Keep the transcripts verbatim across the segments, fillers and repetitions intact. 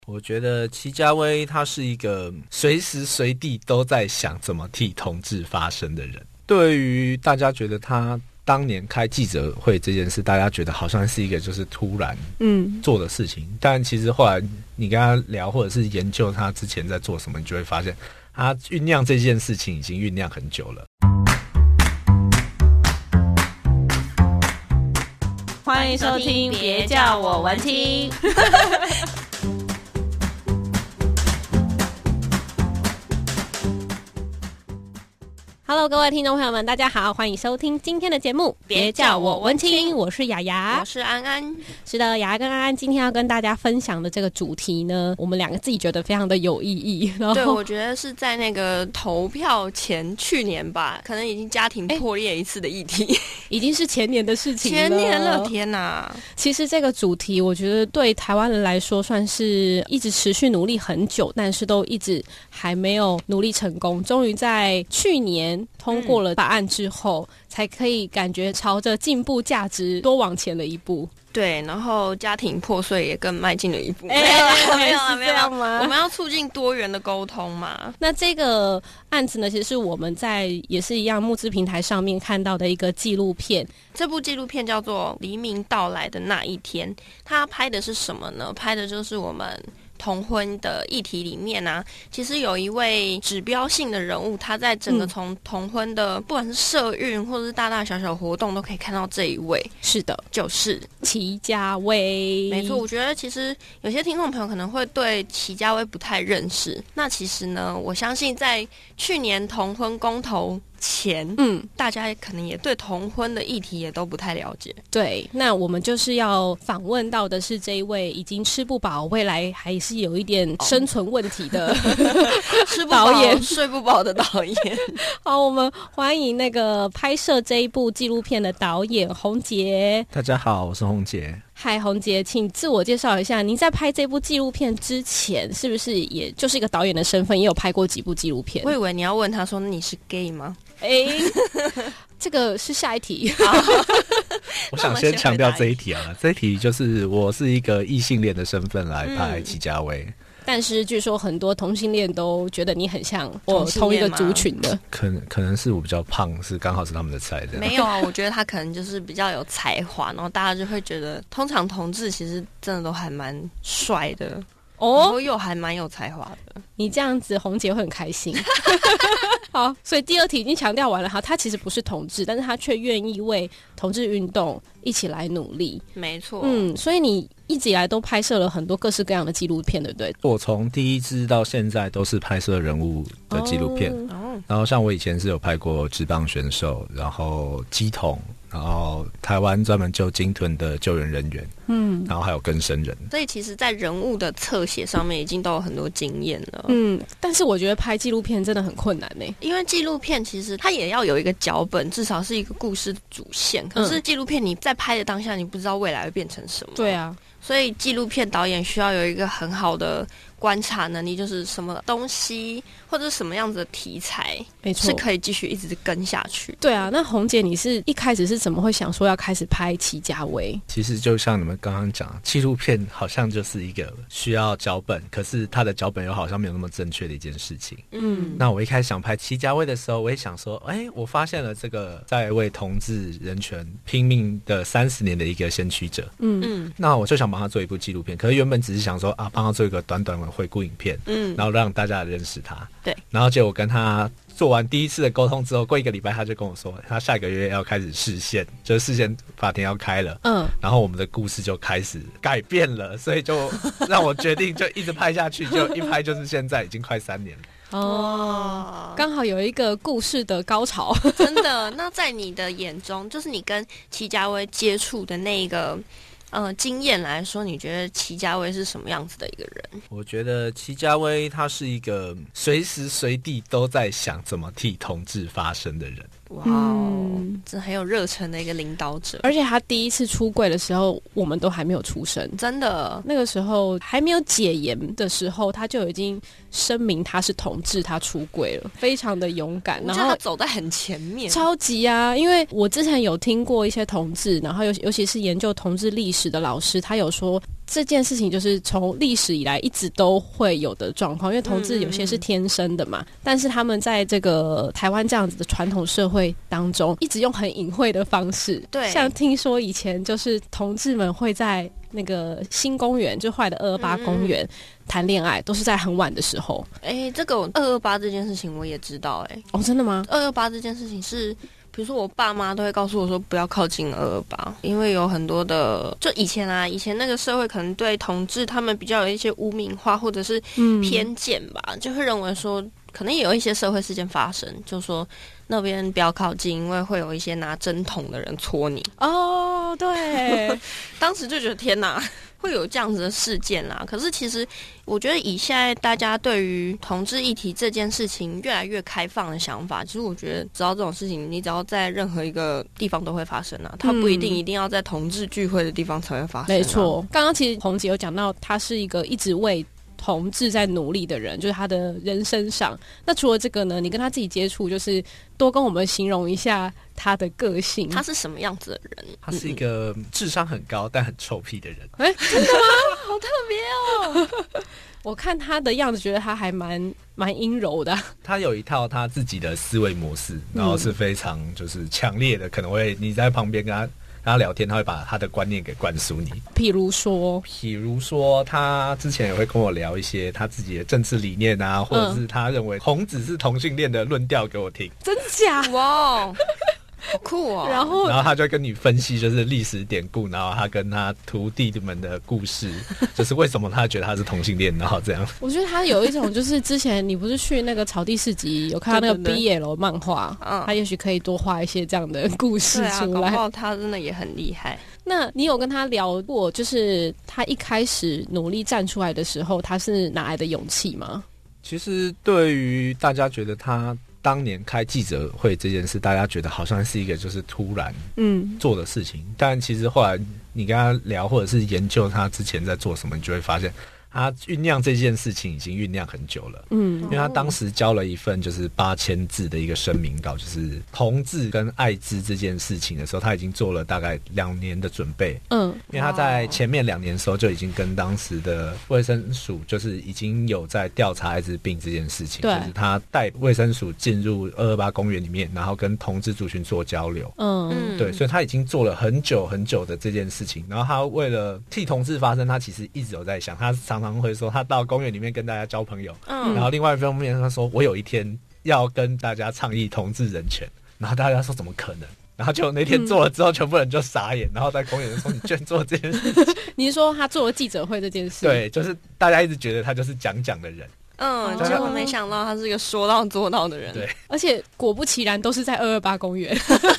我觉得祁家威他是一个随时随地都在想怎么替同志发声的人。对于大家觉得他当年开记者会这件事，大家觉得好像是一个就是突然嗯做的事情、嗯、但其实后来你跟他聊或者是研究他之前在做什么，你就会发现他酝酿这件事情已经酝酿很久了。 欢迎收听别叫我文青Hello， 各位听众朋友们，大家好，欢迎收听今天的节目。别叫我文青，我是雅雅， 我是安安。 是的，雅雅跟安安今天要跟大家分享的这个主题呢，我们两个自己觉得非常的有意义。然后对，我觉得是在那个投票前，去年吧，可能已经家庭破裂一次的议题， 已经是前年的事情了。 前年了，天哪！ 其实这个主题，我觉得对台湾人来说，算是一直持续努力很久，但是都一直还没有努力成功。终于在去年通过了法案之后、嗯、才可以感觉朝着进步价值多往前了一步。 对，然后家庭破碎也更迈进了一步。 哎、欸， 没有了， 没有了吗？ 我们要促进多元的沟通嘛。 那这个案子呢，其实是我们在也是一样募资平台上面看到的一个纪录片。 这部纪录片叫做《黎明到来的那一天》，它拍的是什么呢？拍的就是我们同婚的议题里面啊，其实有一位指标性的人物，他在整个从同婚的、嗯、不管是社运或者是大大小小活动都可以看到这一位。 是的， 就是祁家威。 没错，我觉得其实有些听众朋友可能会对祁家威不太认识，那其实呢，我相信在去年同婚公投前，嗯，大家可能也对同婚的议题也都不太了解。 对，那我们就是要访问到的是这一位已经吃不饱，未来还是有一点生存问题的、 哦、吃不饱导演睡不饱的导演。 好，我们欢迎那个拍摄这一部纪录片的导演洪杰。 大家好，我是洪杰。 嗨，洪杰，请自我介绍一下，您在拍这部纪录片之前是不是也就是一个导演的身份，也有拍过几部纪录片？ 我以为你要问他说你是 gay 吗？ 哎、欸，这个是下一题。 我想先强调这一题啊，这一题就是我是一个异性恋的身份来拍祁家威、嗯， 但是据说很多同性恋都觉得你很像我同一个族群的。 可能可能是我比较胖，是刚好是他们的菜这样。 没有啊，我觉得他可能就是比较有才华，然后大家就会觉得，通常同志其实真的都还蛮帅的哦，然后又还蛮有才华的。 你这样子，洪杰会很开心。好，所以第二题已经强调完了哈，他其实不是同志，但是他却愿意为同志运动一起来努力。 没错， 嗯，所以你一直以来都拍摄了很多各式各样的纪录片，对不对？ 我从第一支到现在都是拍摄人物的纪录片、哦，然后像我以前是有拍过职棒选手，然后乩童，然后台湾专门救鲸豚的救援人员，嗯，然后还有更生人。 所以其实在人物的侧写上面已经都有很多经验了。 嗯，但是我觉得拍纪录片真的很困难耶， 因为纪录片其实它也要有一个脚本，至少是一个故事主线。可是纪录片你在拍的当下，你不知道未来会变成什么。 对啊， 所以纪录片导演需要有一个很好的观察能力，就是什么东西或者什么样子的题材，没错，是可以继续一直跟下去。 对啊，那洪姐，你是一开始是怎么会想说要开始拍祁家威？ 其实就像你们刚刚讲，纪录片好像就是一个需要脚本，可是他的脚本又好像没有那么正确的一件事情。嗯，那我一开始想拍祁家威的时候，我也想说，哎，我发现了这个在为同志人权拼命的三十年的一个先驱者。嗯嗯，那我就想帮他做一部纪录片，可是原本只是想说啊，帮他做一个短短的回顾影片，嗯，然后让大家认识他。 对， 然后结果我跟他做完第一次的沟通之后，过一个礼拜他就跟我说，他下个月要开始释宪，就是释宪法庭要开了，嗯，然后我们的故事就开始改变了，所以就让我决定就一直拍下去，就一拍就是现在已经快三年了。 哦，刚好有一个故事的高潮。 真的。那在你的眼中，就是你跟祁家威接触的那个呃，经验来说，你觉得祁家威是什么样子的一个人？ 我觉得祁家威他是一个随时随地都在想怎么替同志发声的人。 哇哦，这很有热忱的一个领导者。 而且他第一次出柜的时候，我们都还没有出生， 真的。 那个时候还没有解严的时候，他就已经声明他是同志，他出柜了，非常的勇敢。 然后他走在很前面， 超级啊！因为我之前有听过一些同志，然后尤尤其是研究同志历史的老师，他有说， 这件事情就是从历史以来一直都会有的状况，因为同志有些是天生的嘛，嗯嗯，但是他们在这个台湾这样子的传统社会当中，一直用很隐晦的方式。对，像听说以前就是同志们会在那个新公园，就后来的二二八公园谈恋爱，都是在很晚的时候。 哎、欸，这个二二八这件事情我也知道、欸。哎， 哦，真的吗？ 二二八这件事情是。比如说我爸妈都会告诉我说不要靠近二二八，因为有很多的，就以前啊，以前那个社会可能对同志他们比较有一些污名化或者是偏见吧、嗯、就会认为说可能也有一些社会事件发生，就说那边不要靠近，因为会有一些拿针筒的人戳你。 哦，对， 当时就觉得天哪，会有这样子的事件啦。可是其实我觉得以现在大家对于同志议题这件事情越来越开放的想法，其实我觉得只要这种事情你只要在任何一个地方都会发生啊，它不一定一定要在同志聚会的地方才会发生、啊、 没错，刚刚其实红姐有讲到她是一个一直为同志在努力的人，就是他的人生上。那除了这个呢，你跟他自己接触，就是多跟我们形容一下他的个性。 他是什么样子的人？ 他是一个智商很高但很臭屁的人。 哎、欸，真的吗？好特别哦！我看他的样子，觉得他还蛮蛮阴柔的。 他有一套他自己的思维模式，然后是非常就是强烈的，可能会你在旁边跟他。跟他聊天，他会把他的观念给灌输你。 譬如说， 譬如说，他之前也会跟我聊一些他自己的政治理念啊，或者是他认为同志是同性恋的论调给我听。 真假？ 哇！好酷哦！ 然后， 然后他就会跟你分析，就是历史典故，然后他跟他徒弟们的故事，就是为什么他觉得他是同性恋，然后这样。 我觉得他有一种，就是之前你不是去那个草地市集有看到那个 B L 漫画，嗯，他也许可以多画一些这样的故事出来。对啊， 搞不好他真的也很厉害。 那你有跟他聊过，就是他一开始努力站出来的时候，他是哪来的勇气吗？ 其实对于大家觉得他当年开记者会这件事，大家觉得好像是一个就是突然嗯做的事情，嗯，但其实后来你跟他聊或者是研究他之前在做什么，你就会发现他酝酿这件事情已经酝酿很久了。嗯，因为他当时交了一份就是八千字的一个声明稿，就是同志跟艾滋这件事情的时候，他已经做了大概两年的准备。嗯，因为他在前面两年的时候就已经跟当时的卫生署就是已经有在调查艾滋病这件事情，就是他带卫生署进入二二八公园里面，然后跟同志族群做交流。嗯，对，所以他已经做了很久很久的这件事情。然后他为了替同志发声，他其实一直有在想，他常常会说他到公园里面跟大家交朋友，嗯，然后另外一方面他说我有一天要跟大家倡议同志人权，然后大家说怎么可能，然后就那天做了之后，嗯，全部人就傻眼，然后在公园说你居然做这件事情。 你是说他做了记者会这件事？ 对，就是大家一直觉得他就是讲讲的人， 嗯，结果没想到他是一个说到做到的人。 对， 而且果不其然都是在二二八公园。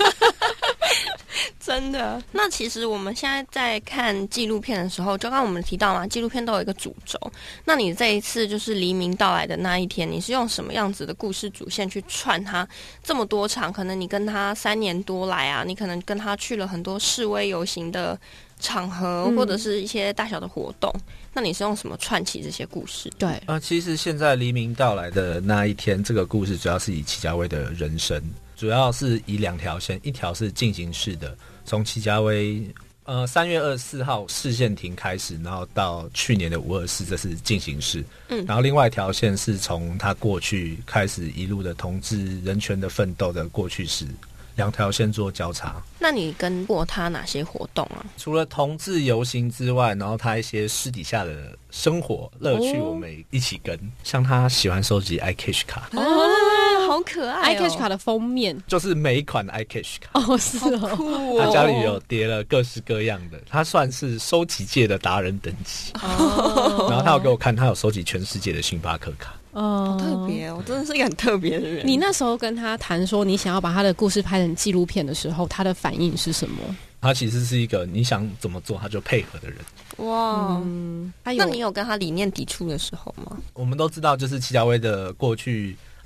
真的。那其实我们现在在看纪录片的时候，就刚刚我们提到嘛，纪录片都有一个主轴。那你这一次就是黎明到来的那一天，你是用什么样子的故事主线去串它这么多场？可能你跟他三年多来啊，你可能跟他去了很多示威游行的场合，嗯，或者是一些大小的活动。那你是用什么串起这些故事？ 对啊，呃，其实现在黎明到来的那一天，这个故事主要是以戚家威的人生。主要是以两条线，一条是进行式的，从戚家威呃三月二十四号释宪庭开始，然后到去年的五二四，这是进行式。嗯，然后另外一条线是从他过去开始一路的同志人权的奋斗的过去式，两条线做交叉。 那你跟过他哪些活动啊？ 除了同志游行之外，然后他一些私底下的生活乐趣，我们一起跟。哦，像他喜欢收集 iCash 卡。 哦，好可爱哦 ！iCash 卡的封面就是每一款 iCash 卡哦，是哦， 好酷哦！ 他家里有叠了各式各样的，他算是收集界的达人等级哦。然后他有给我看，他有收集全世界的星巴克卡。 哦，好特别哦！真的是一个很特别的人。 你那时候跟他谈说你想要把他的故事拍成纪录片的时候，他的反应是什么？ 他其实是一个你想怎么做他就配合的人。 哇，嗯，那你有跟他理念抵触的时候吗？ 我们都知道，就是戚家威的过去，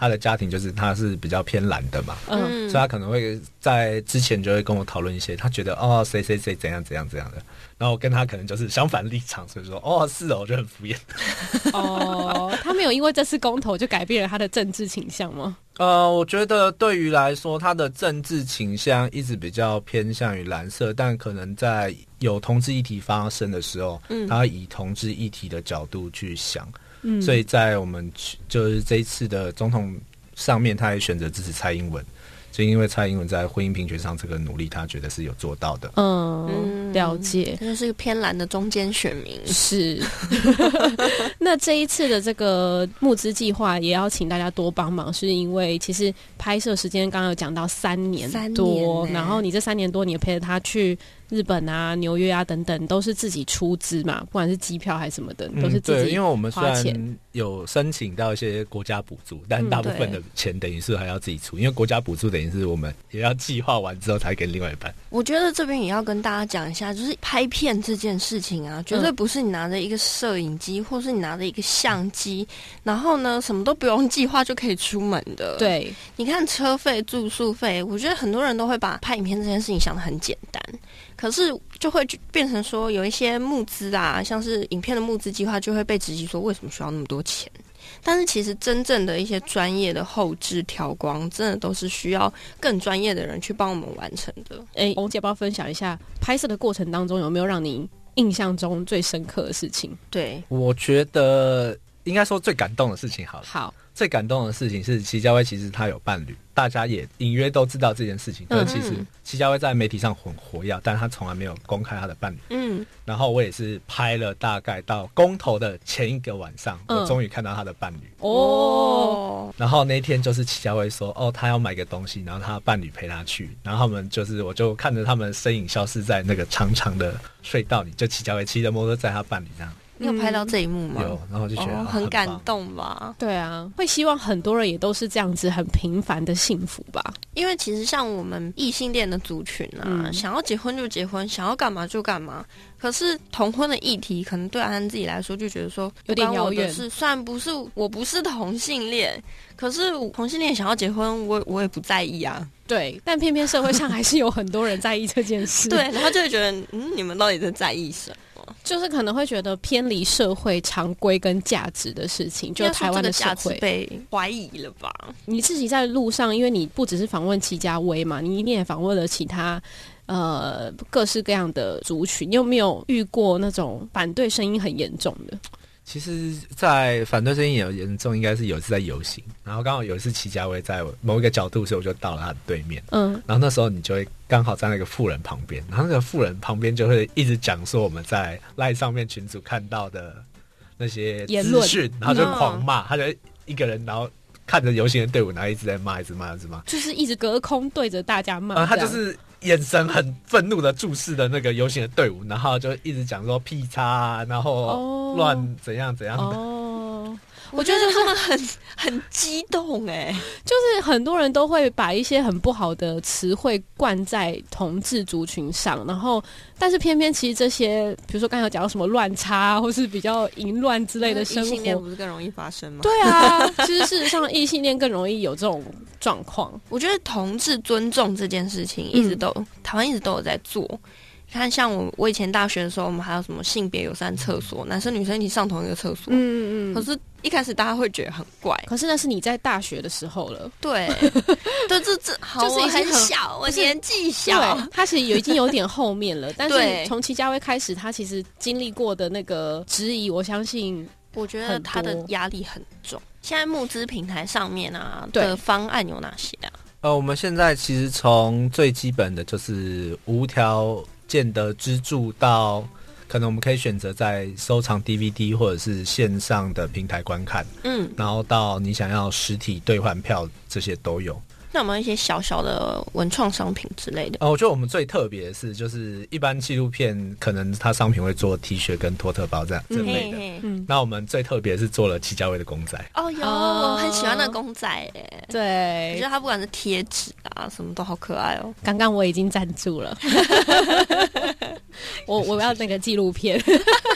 他的家庭就是他是比较偏蓝的嘛， 嗯， 所以他可能会在之前就会跟我讨论一些他觉得哦谁谁谁怎样怎样怎样的，然后我跟他可能就是相反立场，所以说哦是哦，我就很敷衍。 哦，他没有因为这次公投就改变了他的政治倾向吗？ 呃，我觉得对于来说，他的政治倾向一直比较偏向于蓝色，但可能在有同志议题发生的时候，嗯，他会以同志议题的角度去想，嗯，所以在我们就是这一次的总统上面，他也选择支持蔡英文。就因为蔡英文在婚姻平权上这个努力，他觉得是有做到的。 嗯，了解， 他就是一个偏蓝的中间选民。 是。那这一次的这个募资计划，也要请大家多帮忙，是因为其实拍摄时间刚刚有讲到三年多，然后你这三年多，你也陪着他去日本啊、纽约啊等等，都是自己出资嘛，不管是机票还是什么的，都是自己花钱。 对，因为我们虽然有申请到一些国家补助，但大部分的钱等于是还要自己出，因为国家补助等于是我们也要计划完之后才给另外一半。 我觉得这边也要跟大家讲一下，就是拍片这件事情啊，绝对不是你拿着一个摄影机，或是你拿着一个相机，然后呢什么都不用计划就可以出门的。 对， 你看车费、住宿费，我觉得很多人都会把拍影片这件事情想得很简单。可是就会变成说有一些募资啊，像是影片的募资计划就会被质疑说为什么需要那么多钱，但是其实真正的一些专业的后制调光真的都是需要更专业的人去帮我们完成的。 哎，红姐要不要分享一下拍摄的过程当中有没有让你印象中最深刻的事情？ 对， 我觉得应该说最感动的事情好了。 好，最感动的事情是祁家威其实他有伴侣，大家也隐约都知道这件事情，可是其实祁家威在媒体上很活跃，但他从来没有公开他的伴侣。嗯，然后我也是拍了大概到公投的前一个晚上，嗯、我终于看到他的伴侣。哦，然后那天就是祁家威说，哦，他要买个东西，然后他的伴侣陪他去，然后他们就是我就看着他们身影消失在那个长长的隧道里，就祁家威骑着摩托载他伴侣这样。 你有拍到这一幕吗？ 有，然后就觉得、 哦、很感动吧。 对啊，会希望很多人也都是这样子很平凡的幸福吧。 因为其实像我们异性恋的族群啊、嗯、想要结婚就结婚，想要干嘛就干嘛，可是同婚的议题可能对安安自己来说就觉得说有点遥远。 是虽然不是我不是同性恋，可是同性恋想要结婚我我也不在意啊。 对，但偏偏社会上还是有很多人在意这件事。 对，然后就会觉得嗯，你们到底在在意什么？ 就是可能会觉得偏离社会常规跟价值的事情，就台湾的社会被怀疑了吧？ 你自己在路上，因为你不只是访问祁家威嘛，你一定也访问了其他呃各式各样的族群，你有没有遇过那种反对声音很严重的？ 其实在反对声音也有严重，应该是有一次在游行，然后刚好有一次祁家威在某一个角度，所以我就到了他的对面，嗯，然后那时候你就会刚好在那个妇人旁边，然后那个妇人旁边就会一直讲说我们在 LINE 上面群组看到的那些资讯，然后就狂骂、嗯、他就一个人然后看着游行的队伍，然后一直在骂一直骂一直骂， 就是一直隔空对着大家骂、 嗯、他就是眼神很愤怒的注视的那个游行的队伍，然后就一直讲说屁叉啊，然后乱怎样怎样的、 哦， 我觉得他们很很激动哎、欸， 就是很多人都会把一些很不好的词汇灌在同志族群上，然后但是偏偏其实这些，比如说刚才有讲到什么乱插或是比较淫乱之类的生活， 异性恋不是更容易发生吗？ 对啊，其实事实上异性恋更容易有这种状况。 我觉得同志尊重这件事情一直都、嗯、台湾一直都有在做。你看，像我我以前大学的时候，我们还有什么性别友善厕所，男生女生一起上同一个厕所。嗯嗯。可是，一开始大家会觉得很怪。 可是那是你在大学的时候了。 对，对，这这好，就是很小，我年纪小。 他其实有已经有点后面了，但是从祁家威开始，他其实经历过的那个质疑，我相信， 我觉得他的压力很重。现在募资平台上面啊的方案有哪些啊？ 呃，我们现在其实从最基本的就是无条件的资助到可能我们可以选择在收藏 D V D 或者是线上的平台观看，嗯，然后到你想要实体兑换票，这些都有。 那有没有一些小小的文创商品之类的？ 呃，我觉得我们最特别的是，就是一般纪录片可能它商品会做 T 恤跟托特包这样这类的，嗯嗯，那我们最特别是做了祁家威的公仔。 哦，有，我很喜欢那公仔耶。 对， 我觉得它不管是贴纸啊什么都好可爱哦。 刚刚我已经赞助了，我我要那个纪录片。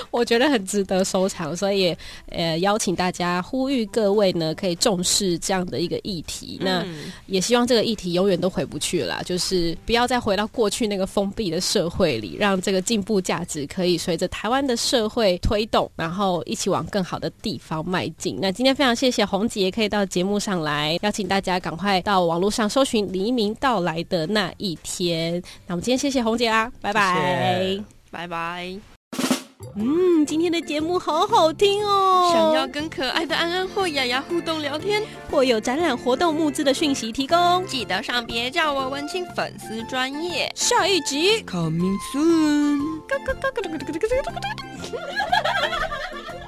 我觉得很值得收藏，所以也呃邀请大家呼吁各位呢可以重视这样的一个议题。那也希望这个议题永远都回不去了啦，就是不要再回到过去那个封闭的社会里，让这个进步价值可以随着台湾的社会推动，然后一起往更好的地方迈进。那今天非常谢谢红姐可以到节目上来，邀请大家赶快到网络上搜寻黎明到来的那一天。那我们今天谢谢红姐啦，拜拜， 谢谢拜拜。 嗯，今天的节目好好听哦！ 想要跟可爱的安安或雅雅互动聊天， 或有展览活动募资的讯息提供， 记得上别叫我文青粉丝专页。 下一集 Coming soon。